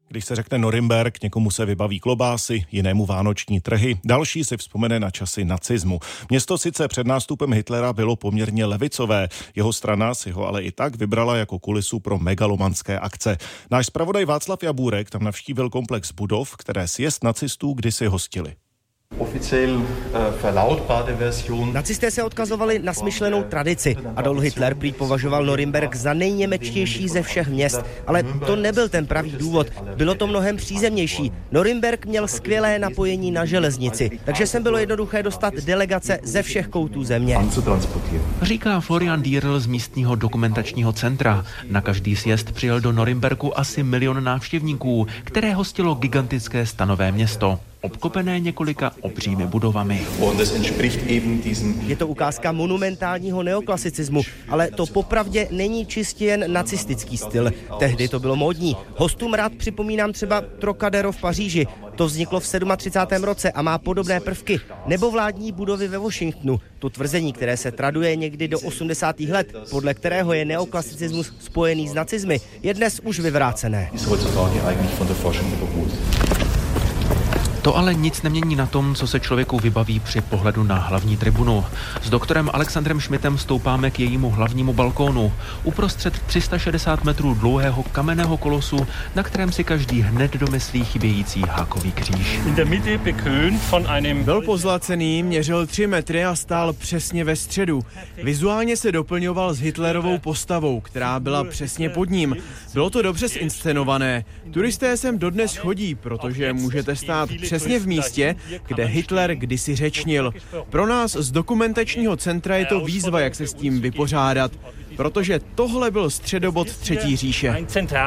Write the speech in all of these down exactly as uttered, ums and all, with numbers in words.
Když se řekne Norimberk, někomu se vybaví klobásy, jinému vánoční trhy, další si vzpomene na časy nacismu. Město sice před nástupem Hitlera bylo poměrně levicové, jeho strana si ho ale i tak vybrala jako kulisu pro megalomanské akce. Náš zpravodaj Václav Jabůrek tam navštívil komplex budov, které sjezd nacistů kdysi hostili. Nacisté se odkazovali na smyšlenou tradici. Adolf Hitler prý považoval Norimberk za nejněmečtější ze všech měst, ale to nebyl ten pravý důvod. Bylo to mnohem přízemnější. Norimberk měl skvělé napojení na železnici, takže sem bylo jednoduché dostat delegace ze všech koutů země. Říká Florian Dierl z místního dokumentačního centra. Na každý sjezd přijel do Norimberku asi milion návštěvníků, které hostilo gigantické stanové město, obklopené několika obřími budovami. Je to ukázka monumentálního neoklasicismu, ale to popravdě není čistě jen nacistický styl. Tehdy to bylo módní. Hostům rád připomínám třeba Trocadero v Paříži. To vzniklo v třicátém sedmém roce a má podobné prvky. Nebo vládní budovy ve Washingtonu. To tvrzení, které se traduje někdy do osmdesátých let, podle kterého je neoklasicismus spojený s nacizmy, je dnes už vyvrácené. To ale nic nemění na tom, co se člověku vybaví při pohledu na hlavní tribunu. S doktorem Alexandrem Schmidtem stoupáme k jejímu hlavnímu balkónu. Uprostřed tři sta šedesát metrů dlouhého kamenného kolosu, na kterém si každý hned domyslí chybějící hákový kříž. Byl pozlacený, měřil tři metry a stál přesně ve středu. Vizuálně se doplňoval s Hitlerovou postavou, která byla přesně pod ním. Bylo to dobře zinscenované. Turisté sem dodnes chodí, protože můžete stát přesně v místě, kde Hitler kdysi řečnil. Pro nás z dokumentačního centra je to výzva, jak se s tím vypořádat, protože tohle byl středobod Třetí říše.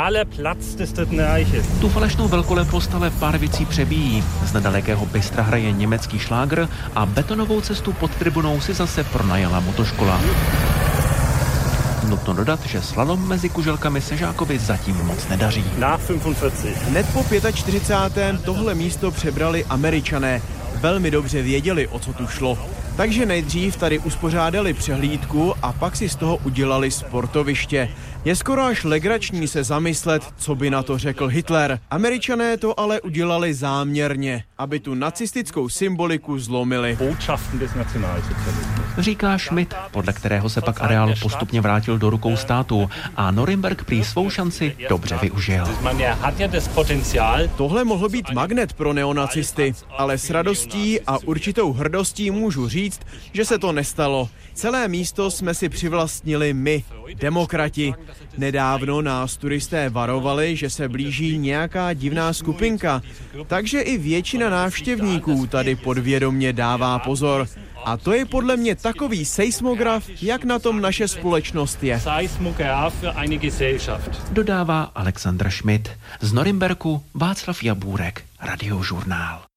Tu falešnou velkolepost ale pár věcí přebíjí. Z nedalekého Bystra hraje německý šlágr a betonovou cestu pod tribunou si zase pronajala motoškola. Nutno dodat, že slalom mezi kuželkami se žákovi zatím moc nedaří. Hned po čtyřicátém pátém tohle místo přebrali Američané. Velmi dobře věděli, o co tu šlo. Takže nejdřív tady uspořádali přehlídku a pak si z toho udělali sportoviště. Je skoro až legrační se zamyslet, co by na to řekl Hitler. Američané to ale udělali záměrně, aby tu nacistickou symboliku zlomili. Říká Schmidt, podle kterého se pak areál postupně vrátil do rukou státu a Norimberk prý svou šanci dobře využil. Tohle mohl být magnet pro neonacisty, ale s radostí a určitou hrdostí můžu říct, že se to nestalo. Celé místo jsme si přivlastnili my, demokrati. Nedávno nás turisté varovali, že se blíží nějaká divná skupinka, takže i většina návštěvníků tady podvědomě dává pozor. A to je podle mě takový seismograf, jak na tom naše společnost je. Dodává Alexandr Schmidt. Z Norimberku Václav Jabůrek, Radiožurnál.